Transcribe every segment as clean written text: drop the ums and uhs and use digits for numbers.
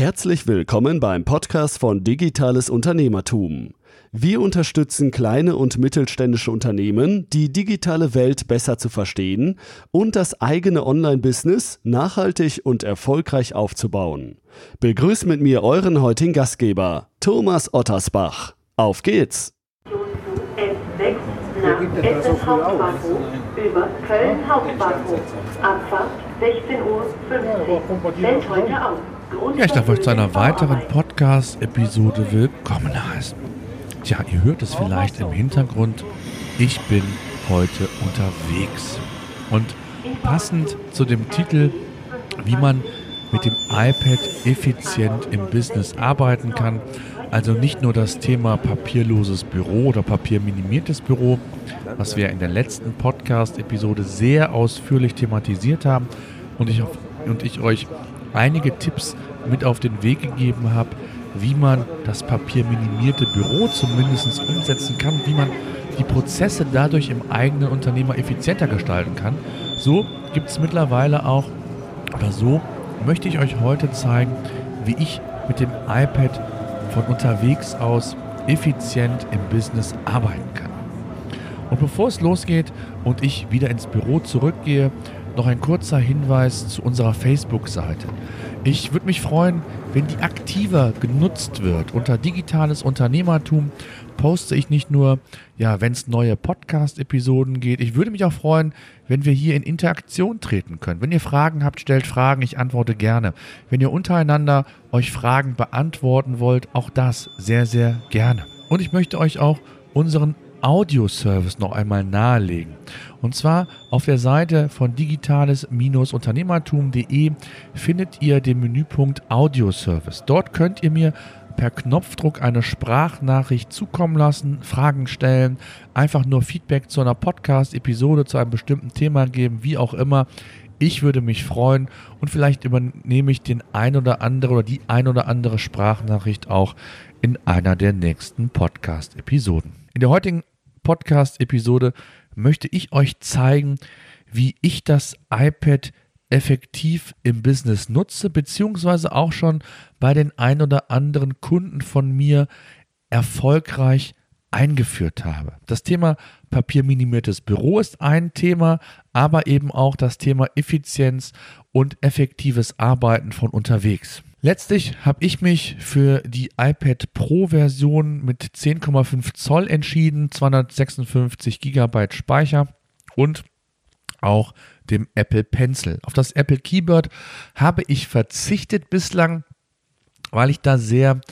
Herzlich willkommen beim Podcast von Digitales Unternehmertum. Wir unterstützen kleine und mittelständische Unternehmen, die digitale Welt besser zu verstehen und das eigene Online-Business nachhaltig und erfolgreich aufzubauen. Begrüßt mit mir euren heutigen Gastgeber, Thomas Ottersbach. Auf geht's! S6 nach Essen Hauptbahnhof über Köln Hauptbahnhof. Abfahrt 16:50 Uhr. Fällt heute aus. Ja, ich darf euch zu einer weiteren Podcast-Episode willkommen heißen. Tja, ihr hört es vielleicht im Hintergrund. Ich bin heute unterwegs. Und passend zu dem Titel, wie man mit dem iPad effizient im Business arbeiten kann, also nicht nur das Thema papierloses Büro oder papierminimiertes Büro, was wir in der letzten Podcast-Episode sehr ausführlich thematisiert haben und ich euch einige Tipps mit auf den Weg gegeben habe, wie man das papierminimierte Büro zumindest umsetzen kann, wie man die Prozesse dadurch im eigenen Unternehmer effizienter gestalten kann. So gibt es mittlerweile auch, oder so möchte ich euch heute zeigen, wie ich mit dem iPad von unterwegs aus effizient im Business arbeiten kann. Und bevor es losgeht und ich wieder ins Büro zurückgehe, noch ein kurzer Hinweis zu unserer Facebook-Seite. Ich würde mich freuen, wenn die aktiver genutzt wird. Unter Digitales Unternehmertum poste ich nicht nur, wenn es neue Podcast-Episoden geht. Ich würde mich auch freuen, wenn wir hier in Interaktion treten können. Wenn ihr Fragen habt, stellt Fragen, ich antworte gerne. Wenn ihr untereinander euch Fragen beantworten wollt, auch das sehr, sehr gerne. Und ich möchte euch auch unseren Audioservice noch einmal nahelegen. Und zwar auf der Seite von digitales-unternehmertum.de findet ihr den Menüpunkt Audioservice. Dort könnt ihr mir per Knopfdruck eine Sprachnachricht zukommen lassen, Fragen stellen, einfach nur Feedback zu einer Podcast-Episode, zu einem bestimmten Thema geben, wie auch immer. Ich würde mich freuen und vielleicht übernehme ich den ein oder andere oder die ein oder andere Sprachnachricht auch in einer der nächsten Podcast-Episoden. In der heutigen Podcast-Episode möchte ich euch zeigen, wie ich das iPad effektiv im Business nutze, beziehungsweise auch schon bei den ein oder anderen Kunden von mir erfolgreich eingeführt habe. Das Thema papierminimiertes Büro ist ein Thema, aber eben auch das Thema Effizienz und effektives Arbeiten von unterwegs. Letztlich habe ich mich für die iPad Pro-Version mit 10,5 Zoll entschieden, 256 GB Speicher und auch dem Apple Pencil. Auf das Apple Keyboard habe ich verzichtet bislang, weil ich da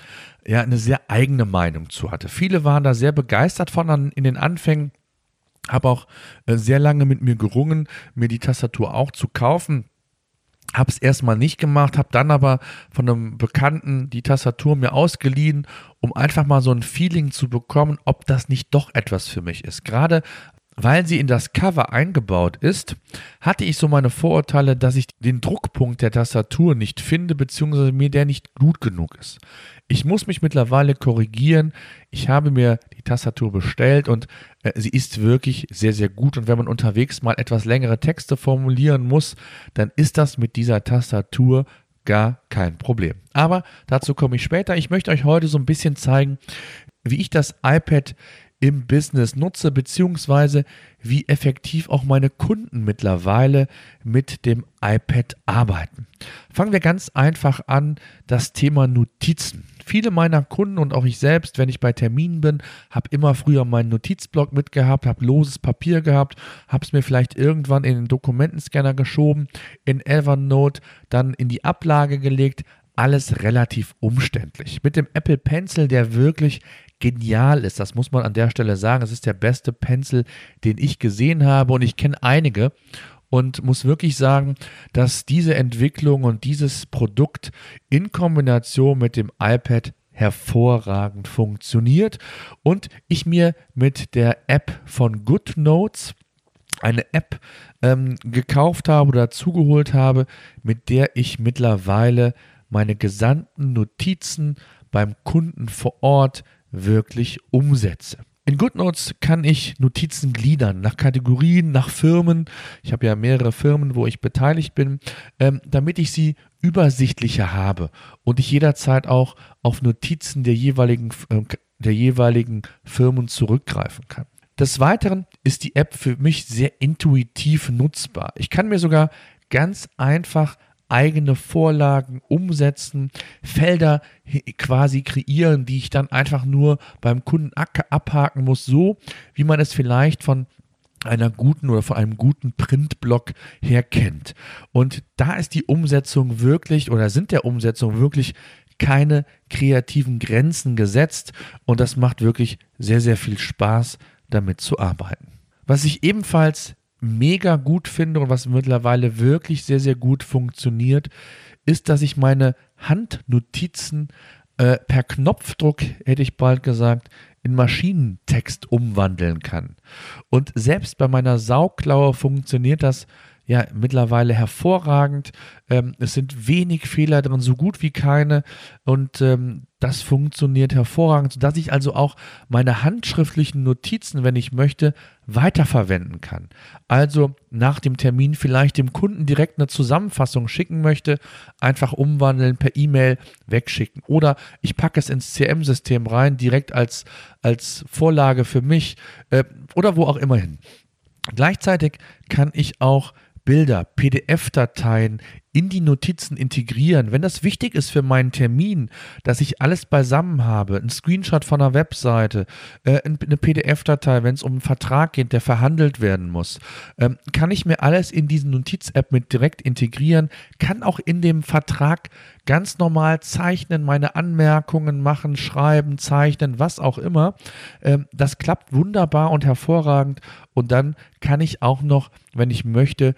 eine sehr eigene Meinung zu hatte. Viele waren da sehr begeistert von in den Anfängen, habe auch sehr lange mit mir gerungen, mir die Tastatur auch zu kaufen. Habe es erstmal nicht gemacht, habe dann aber von einem Bekannten die Tastatur mir ausgeliehen, um einfach mal so ein Feeling zu bekommen, ob das nicht doch etwas für mich ist. Gerade weil sie in das Cover eingebaut ist, hatte ich so meine Vorurteile, dass ich den Druckpunkt der Tastatur nicht finde, beziehungsweise mir der nicht gut genug ist. Ich muss mich mittlerweile korrigieren. Ich habe mir die Tastatur bestellt und sie ist wirklich sehr, sehr gut. Und wenn man unterwegs mal etwas längere Texte formulieren muss, dann ist das mit dieser Tastatur gar kein Problem. Aber dazu komme ich später. Ich möchte euch heute so ein bisschen zeigen, wie ich das iPad im Business nutze, beziehungsweise wie effektiv auch meine Kunden mittlerweile mit dem iPad arbeiten. Fangen wir ganz einfach an, das Thema Notizen. Viele meiner Kunden und auch ich selbst, wenn ich bei Terminen bin, habe immer früher meinen Notizblock mitgehabt, habe loses Papier gehabt, habe es mir vielleicht irgendwann in den Dokumentenscanner geschoben, in Evernote, dann in die Ablage gelegt. Alles relativ umständlich. Mit dem Apple Pencil, der wirklich genial ist, das muss man an der Stelle sagen, es ist der beste Pencil, den ich gesehen habe und ich kenne einige und muss wirklich sagen, dass diese Entwicklung und dieses Produkt in Kombination mit dem iPad hervorragend funktioniert und ich mir mit der App von GoodNotes eine App gekauft habe oder zugeholt habe, mit der ich mittlerweile meine gesamten Notizen beim Kunden vor Ort wirklich umsetze. In GoodNotes kann ich Notizen gliedern, nach Kategorien, nach Firmen. Ich habe ja mehrere Firmen, wo ich beteiligt bin, damit ich sie übersichtlicher habe und ich jederzeit auch auf Notizen der jeweiligen Firmen zurückgreifen kann. Des Weiteren ist die App für mich sehr intuitiv nutzbar. Ich kann mir sogar ganz einfach eigene Vorlagen umsetzen, Felder quasi kreieren, die ich dann einfach nur beim Kunden abhaken muss, so wie man es vielleicht von einer guten oder von einem guten Printblock her kennt. Und da ist die Umsetzung wirklich oder sind der Umsetzung wirklich keine kreativen Grenzen gesetzt und das macht wirklich sehr, sehr viel Spaß, damit zu arbeiten. Was ich ebenfalls mega gut finde und was mittlerweile wirklich sehr, sehr gut funktioniert, ist, dass ich meine Handnotizen per Knopfdruck, hätte ich bald gesagt, in Maschinentext umwandeln kann. Und selbst bei meiner Sauklaue funktioniert das ja mittlerweile hervorragend. Es sind wenig Fehler drin, so gut wie keine. Und das funktioniert hervorragend, sodass ich also auch meine handschriftlichen Notizen, wenn ich möchte, weiterverwenden kann. Also nach dem Termin vielleicht dem Kunden direkt eine Zusammenfassung schicken möchte, einfach umwandeln, per E-Mail wegschicken. Oder ich packe es ins CRM-System rein, direkt als Vorlage für mich oder wo auch immer hin. Gleichzeitig kann ich auch Bilder, PDF-Dateien in die Notizen integrieren. Wenn das wichtig ist für meinen Termin, dass ich alles beisammen habe, ein Screenshot von einer Webseite, eine PDF-Datei, wenn es um einen Vertrag geht, der verhandelt werden muss, kann ich mir alles in diesen Notiz-App mit direkt integrieren, kann auch in dem Vertrag ganz normal zeichnen, meine Anmerkungen machen, schreiben, zeichnen, was auch immer. Das klappt wunderbar und hervorragend und dann kann ich auch noch, wenn ich möchte,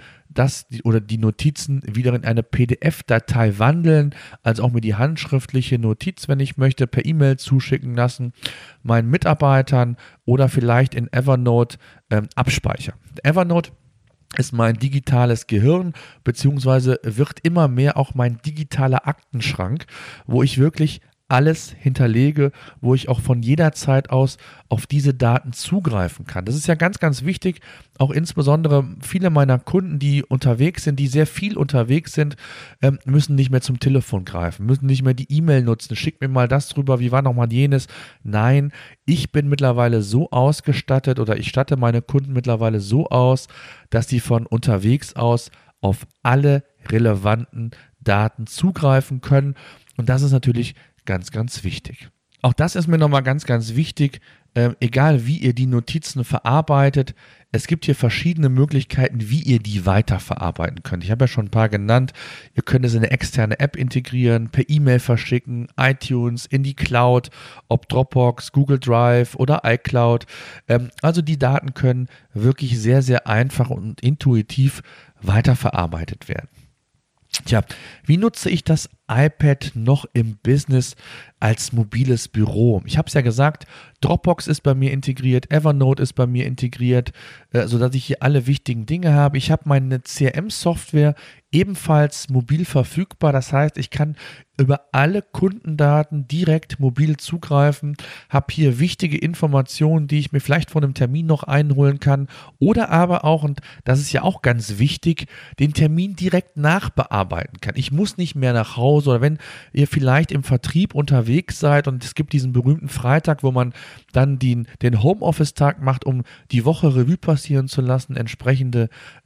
die Notizen wieder in eine PDF-Datei wandeln, also auch mir die handschriftliche Notiz, wenn ich möchte, per E-Mail zuschicken lassen, meinen Mitarbeitern oder vielleicht in Evernote abspeichern. Evernote ist mein digitales Gehirn, beziehungsweise wird immer mehr auch mein digitaler Aktenschrank, wo ich wirklich alles hinterlege, wo ich auch von jeder Zeit aus auf diese Daten zugreifen kann. Das ist ja ganz, ganz wichtig, auch insbesondere viele meiner Kunden, die unterwegs sind, die sehr viel unterwegs sind, müssen nicht mehr zum Telefon greifen, müssen nicht mehr die E-Mail nutzen, schick mir mal das drüber, wie war nochmal jenes. Nein, ich bin mittlerweile so ausgestattet oder ich statte meine Kunden mittlerweile so aus, dass sie von unterwegs aus auf alle relevanten Daten zugreifen können und das ist natürlich ganz, ganz wichtig. Auch das ist mir nochmal ganz, ganz wichtig, egal wie ihr die Notizen verarbeitet, es gibt hier verschiedene Möglichkeiten, wie ihr die weiterverarbeiten könnt. Ich habe ja schon ein paar genannt. Ihr könnt es in eine externe App integrieren, per E-Mail verschicken, iTunes, in die Cloud, ob Dropbox, Google Drive oder iCloud. Also die Daten können wirklich sehr, sehr einfach und intuitiv weiterverarbeitet werden. Tja, wie nutze ich das iPad noch im Business als mobiles Büro? Ich habe es ja gesagt, Dropbox ist bei mir integriert, Evernote ist bei mir integriert, sodass ich hier alle wichtigen Dinge habe. Ich habe meine CRM-Software ebenfalls mobil verfügbar. Das heißt, ich kann über alle Kundendaten direkt mobil zugreifen, habe hier wichtige Informationen, die ich mir vielleicht von einem Termin noch einholen kann oder aber auch, und das ist ja auch ganz wichtig, den Termin direkt nachbearbeiten kann. Ich muss nicht mehr nach Hause oder wenn ihr vielleicht im Vertrieb unterwegs seid und es gibt diesen berühmten Freitag, wo man dann den Homeoffice-Tag macht, um die Woche Revue passieren zu lassen, entsprechende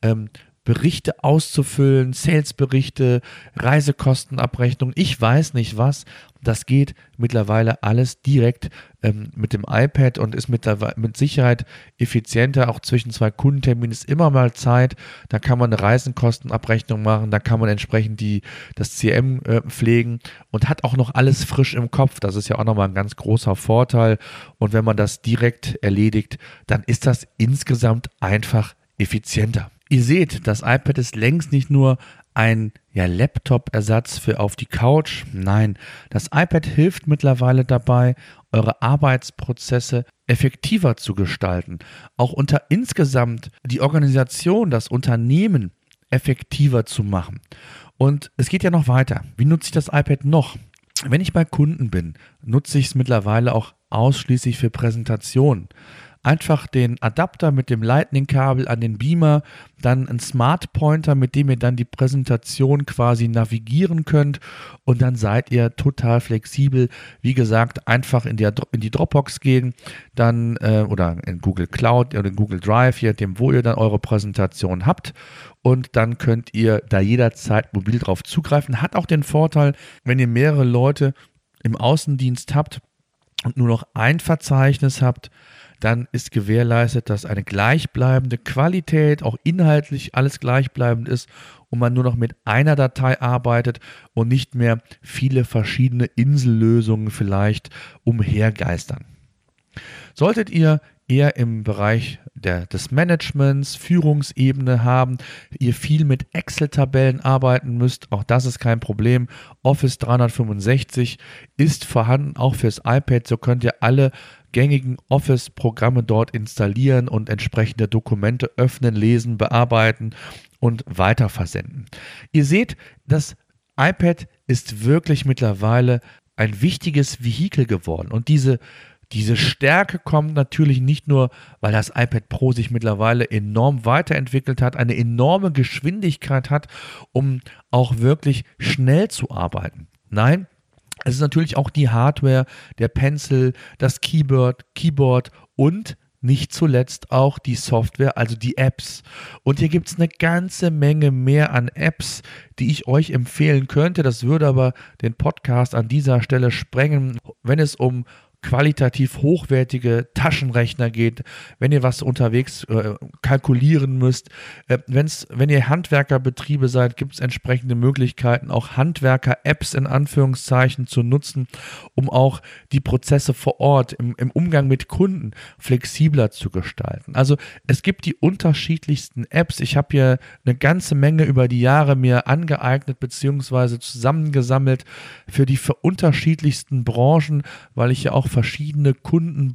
Berichte auszufüllen, Sales-Berichte, Reisekostenabrechnung, ich weiß nicht was. Das geht mittlerweile alles direkt mit dem iPad und ist mit Sicherheit effizienter. Auch zwischen zwei Kundenterminen ist immer mal Zeit. Da kann man eine Reisekostenabrechnung machen, da kann man entsprechend das CRM pflegen und hat auch noch alles frisch im Kopf. Das ist ja auch nochmal ein ganz großer Vorteil. Und wenn man das direkt erledigt, dann ist das insgesamt einfach effizienter. Ihr seht, das iPad ist längst nicht nur ein Laptop-Ersatz für auf die Couch. Nein, das iPad hilft mittlerweile dabei, eure Arbeitsprozesse effektiver zu gestalten. Auch insgesamt die Organisation, das Unternehmen effektiver zu machen. Und es geht ja noch weiter. Wie nutze ich das iPad noch? Wenn ich bei Kunden bin, nutze ich es mittlerweile auch ausschließlich für Präsentationen. Einfach den Adapter mit dem Lightning-Kabel an den Beamer, dann ein Smart Pointer, mit dem ihr dann die Präsentation quasi navigieren könnt und dann seid ihr total flexibel. Wie gesagt, einfach in die Dropbox gehen, dann oder in Google Cloud oder in Google Drive, je nachdem, wo ihr dann eure Präsentation habt, und dann könnt ihr da jederzeit mobil drauf zugreifen. Hat auch den Vorteil, wenn ihr mehrere Leute im Außendienst habt und nur noch ein Verzeichnis habt, dann ist gewährleistet, dass eine gleichbleibende Qualität, auch inhaltlich alles gleichbleibend ist und man nur noch mit einer Datei arbeitet und nicht mehr viele verschiedene Insellösungen vielleicht umhergeistern. Solltet ihr eher im Bereich des Managements, Führungsebene haben, ihr viel mit Excel-Tabellen arbeiten müsst, auch das ist kein Problem. Office 365 ist vorhanden, auch fürs iPad, so könnt ihr alle gängigen Office-Programme dort installieren und entsprechende Dokumente öffnen, lesen, bearbeiten und weiter versenden. Ihr seht, das iPad ist wirklich mittlerweile ein wichtiges Vehikel geworden und diese Stärke kommt natürlich nicht nur, weil das iPad Pro sich mittlerweile enorm weiterentwickelt hat, eine enorme Geschwindigkeit hat, um auch wirklich schnell zu arbeiten. Nein, es ist natürlich auch die Hardware, der Pencil, das Keyboard und nicht zuletzt auch die Software, also die Apps. Und hier gibt es eine ganze Menge mehr an Apps, die ich euch empfehlen könnte. Das würde aber den Podcast an dieser Stelle sprengen, wenn es um qualitativ hochwertige Taschenrechner geht, wenn ihr was unterwegs kalkulieren müsst. Wenn ihr Handwerkerbetriebe seid, gibt es entsprechende Möglichkeiten, auch Handwerker-Apps in Anführungszeichen zu nutzen, um auch die Prozesse vor Ort im Umgang mit Kunden flexibler zu gestalten. Also es gibt die unterschiedlichsten Apps. Ich habe hier eine ganze Menge über die Jahre mir angeeignet bzw. zusammengesammelt für die unterschiedlichsten Branchen, weil ich ja auch verschiedene Kunden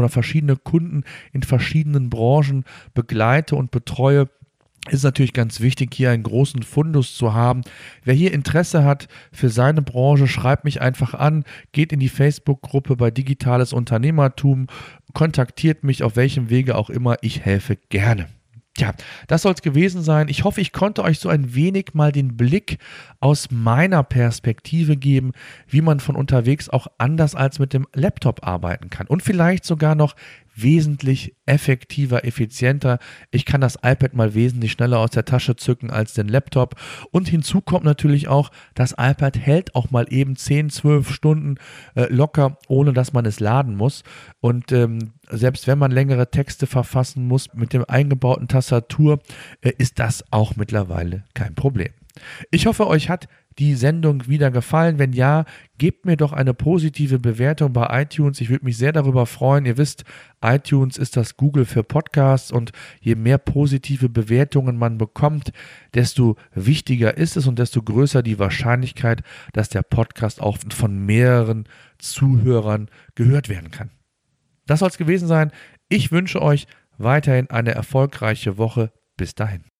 in verschiedenen Branchen begleite und betreue. Ist natürlich ganz wichtig, hier einen großen Fundus zu haben. Wer hier Interesse hat für seine Branche, schreibt mich einfach an, geht in die Facebook-Gruppe bei Digitales Unternehmertum, kontaktiert mich auf welchem Wege auch immer, ich helfe gerne. Tja, das soll es gewesen sein. Ich hoffe, ich konnte euch so ein wenig mal den Blick aus meiner Perspektive geben, wie man von unterwegs auch anders als mit dem Laptop arbeiten kann und vielleicht sogar noch wesentlich effektiver, effizienter. Ich kann das iPad mal wesentlich schneller aus der Tasche zücken als den Laptop. Und hinzu kommt natürlich auch, das iPad hält auch mal eben 10, 12 Stunden locker, ohne dass man es laden muss. Und selbst wenn man längere Texte verfassen muss mit dem eingebauten Tastatur, ist das auch mittlerweile kein Problem. Ich hoffe, euch hat die Sendung wieder gefallen. Wenn ja, gebt mir doch eine positive Bewertung bei iTunes. Ich würde mich sehr darüber freuen. Ihr wisst, iTunes ist das Google für Podcasts und je mehr positive Bewertungen man bekommt, desto wichtiger ist es und desto größer die Wahrscheinlichkeit, dass der Podcast auch von mehreren Zuhörern gehört werden kann. Das soll es gewesen sein. Ich wünsche euch weiterhin eine erfolgreiche Woche. Bis dahin.